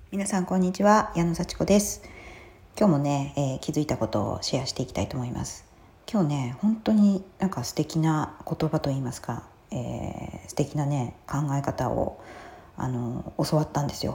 皆さんこんにちは、矢野幸子です。今日もね、気づいたことをシェアしていきたいと思います。今日ね、本当になんか素敵な言葉といいますか、素敵なね考え方を教わったんですよ。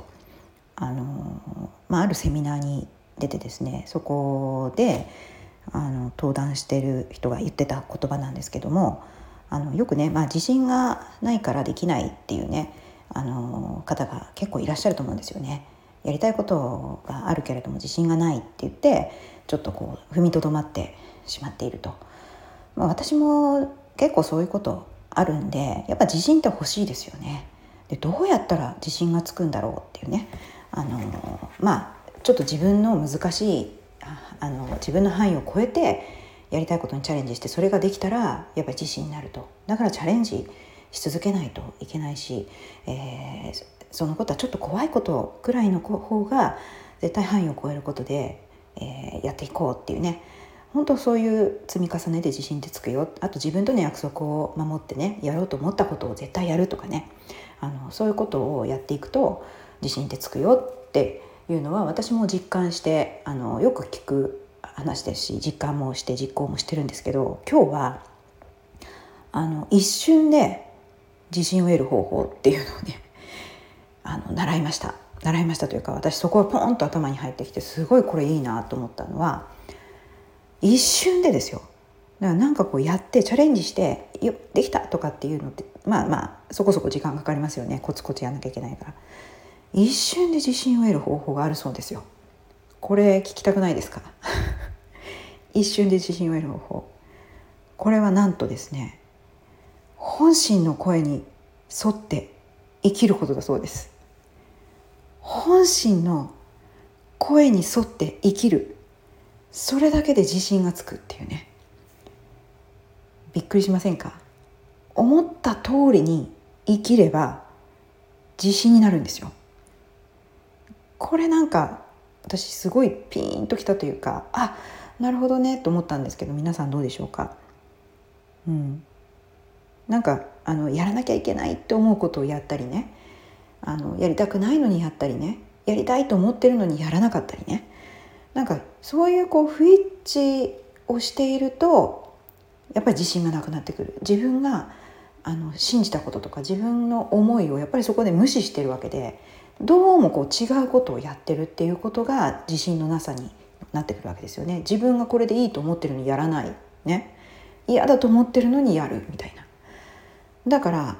あるセミナーに出てですね、そこで登壇している人が言ってた言葉なんですけども、よくね、自信がないからできないっていうね方が結構いらっしゃると思うんですよね。やりたいことがあるけれども自信がないって言ってちょっと踏みとどまってしまっていると、私も結構そういうことあるんで、やっぱ自信って欲しいですよね。でどうやったら自信がつくんだろうっていうね、ちょっと自分の難しい自分の範囲を超えてやりたいことにチャレンジして、それができたらやっぱり自信になると。だからチャレンジし続けないといけないし、そのことはちょっと怖いことくらいの方が絶対範囲を超えることで、やっていこうっていうね、本当そういう積み重ねで自信ってつくよ。あと自分との約束を守ってね、やろうと思ったことを絶対やるとかね、そういうことをやっていくと自信ってつくよっていうのは私も実感してよく聞く話ですし、実感もして実行もしてるんですけど、今日は一瞬で自信を得る方法っていうのをね習いましたというか、私そこがポンと頭に入ってきて、すごいこれいいなと思ったのは、一瞬でですよ。だからなんかやってチャレンジしてできたとかっていうのってそこそこ時間かかりますよね。コツコツやんなきゃいけないから。一瞬で自信を得る方法があるそうですよ。これ聞きたくないですか？一瞬で自信を得る方法、これはなんとですね、本心の声に沿って生きることだそうです。本心の声に沿って生きる、それだけで自信がつくっていうね。びっくりしませんか？思った通りに生きれば自信になるんですよ。これなんか私すごいピーンときたというか、なるほどねと思ったんですけど、皆さんどうでしょうか？なんかやらなきゃいけないって思うことをやったりね、やりたくないのにやったりね、やりたいと思ってるのにやらなかったりね、なんかそういう不一致をしているとやっぱり自信がなくなってくる。自分が信じたこととか自分の思いをやっぱりそこで無視してるわけで、どうも違うことをやってるっていうことが自信のなさになってくるわけですよね。自分がこれでいいと思ってるのにやらないね、嫌だと思ってるのにやるみたいな。だから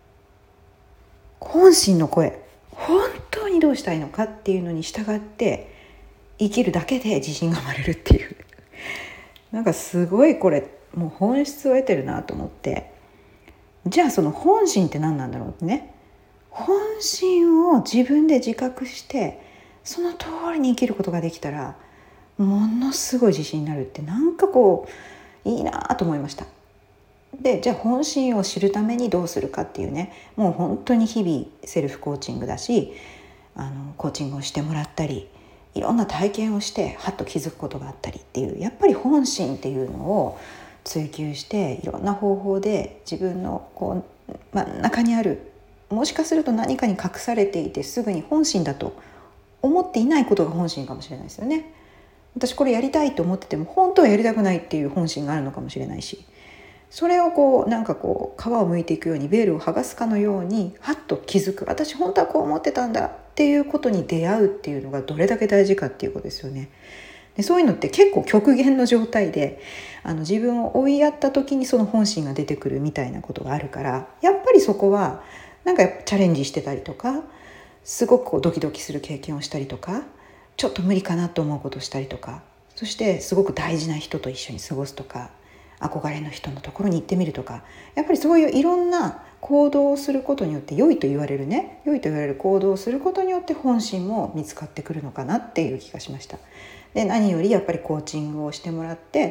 本心の声、本当にどうしたいのかっていうのに従って生きるだけで自信が生まれるっていうなんかすごいこれもう本質を得てるなと思って、じゃあその本心って何なんだろうってね。本心を自分で自覚してその通りに生きることができたらものすごい自信になるって、なんかいいなと思いました。でじゃあ本心を知るためにどうするかっていうね、もう本当に日々セルフコーチングだし、コーチングをしてもらったり、いろんな体験をしてはっと気づくことがあったりっていう、やっぱり本心っていうのを追求していろんな方法で自分の真ん中にある、もしかすると何かに隠されていてすぐに本心だと思っていないことが本心かもしれないですよね。私これやりたいと思ってても本当はやりたくないっていう本心があるのかもしれないし、それを皮を剥いていくようにベールを剥がすかのようにはっと気づく、私本当はこう思ってたんだっていうことに出会うっていうのがどれだけ大事かっていうことですよね。でそういうのって結構極限の状態で自分を追いやった時にその本心が出てくるみたいなことがあるから、やっぱりそこはなんかチャレンジしてたりとか、すごくドキドキする経験をしたりとか、ちょっと無理かなと思うことをしたりとか、そしてすごく大事な人と一緒に過ごすとか、憧れの人のところに行ってみるとか、やっぱりそういういろんな行動をすることによって、良いと言われる行動をすることによって本心も見つかってくるのかなっていう気がしました。で何よりやっぱりコーチングをしてもらって、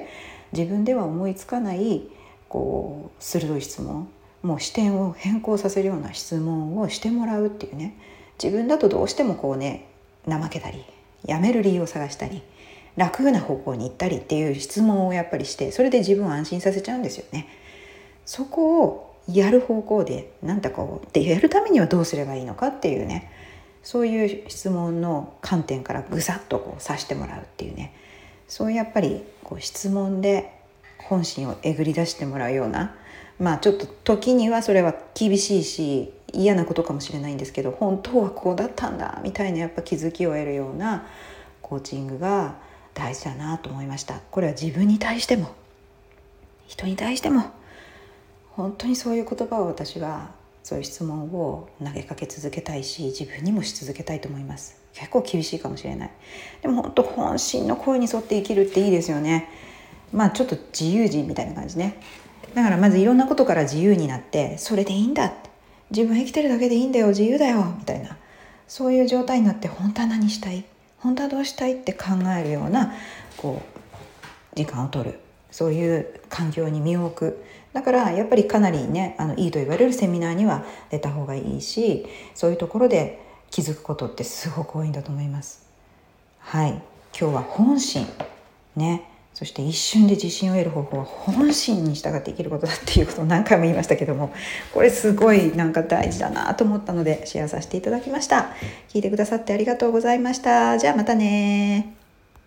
自分では思いつかない鋭い質問、もう視点を変更させるような質問をしてもらうっていうね、自分だとどうしても怠けたりやめる理由を探したり楽な方向に行ったりっていう質問をやっぱりして、それで自分を安心させちゃうんですよね。そこをやる方向ででやるためにはどうすればいいのかっていうね、 そういう質問の観点からぐさっとこう指してもらうっていうね、そういうやっぱりこう質問で本心をえぐり出してもらうような、ちょっと時にはそれは厳しいし嫌なことかもしれないんですけど、本当はこうだったんだみたいなやっぱ気づきを得るようなコーチングが大事だなと思いました。これは自分に対しても人に対しても本当にそういう言葉を私はそういう質問を投げかけ続けたいし、自分にもし続けたいと思います。結構厳しいかもしれない。でも本当本心の声に沿って生きるっていいですよね。ちょっと自由人みたいな感じね。だからまずいろんなことから自由になって、それでいいんだって、自分生きてるだけでいいんだよ、自由だよみたいな、そういう状態になって、本当は何したい、本当はどうしたいって考えるようなこう時間を取る、そういう環境に身を置く。だからやっぱりかなりね、いいと言われるセミナーには出た方がいいし、そういうところで気づくことってすごく多いんだと思います。はい、今日は本心ね、そして一瞬で自信を得る方法は本心に従って生きることだっていうことを何回も言いましたけども、これすごい大事だなと思ったのでシェアさせていただきました。聞いてくださってありがとうございました。じゃあまたね。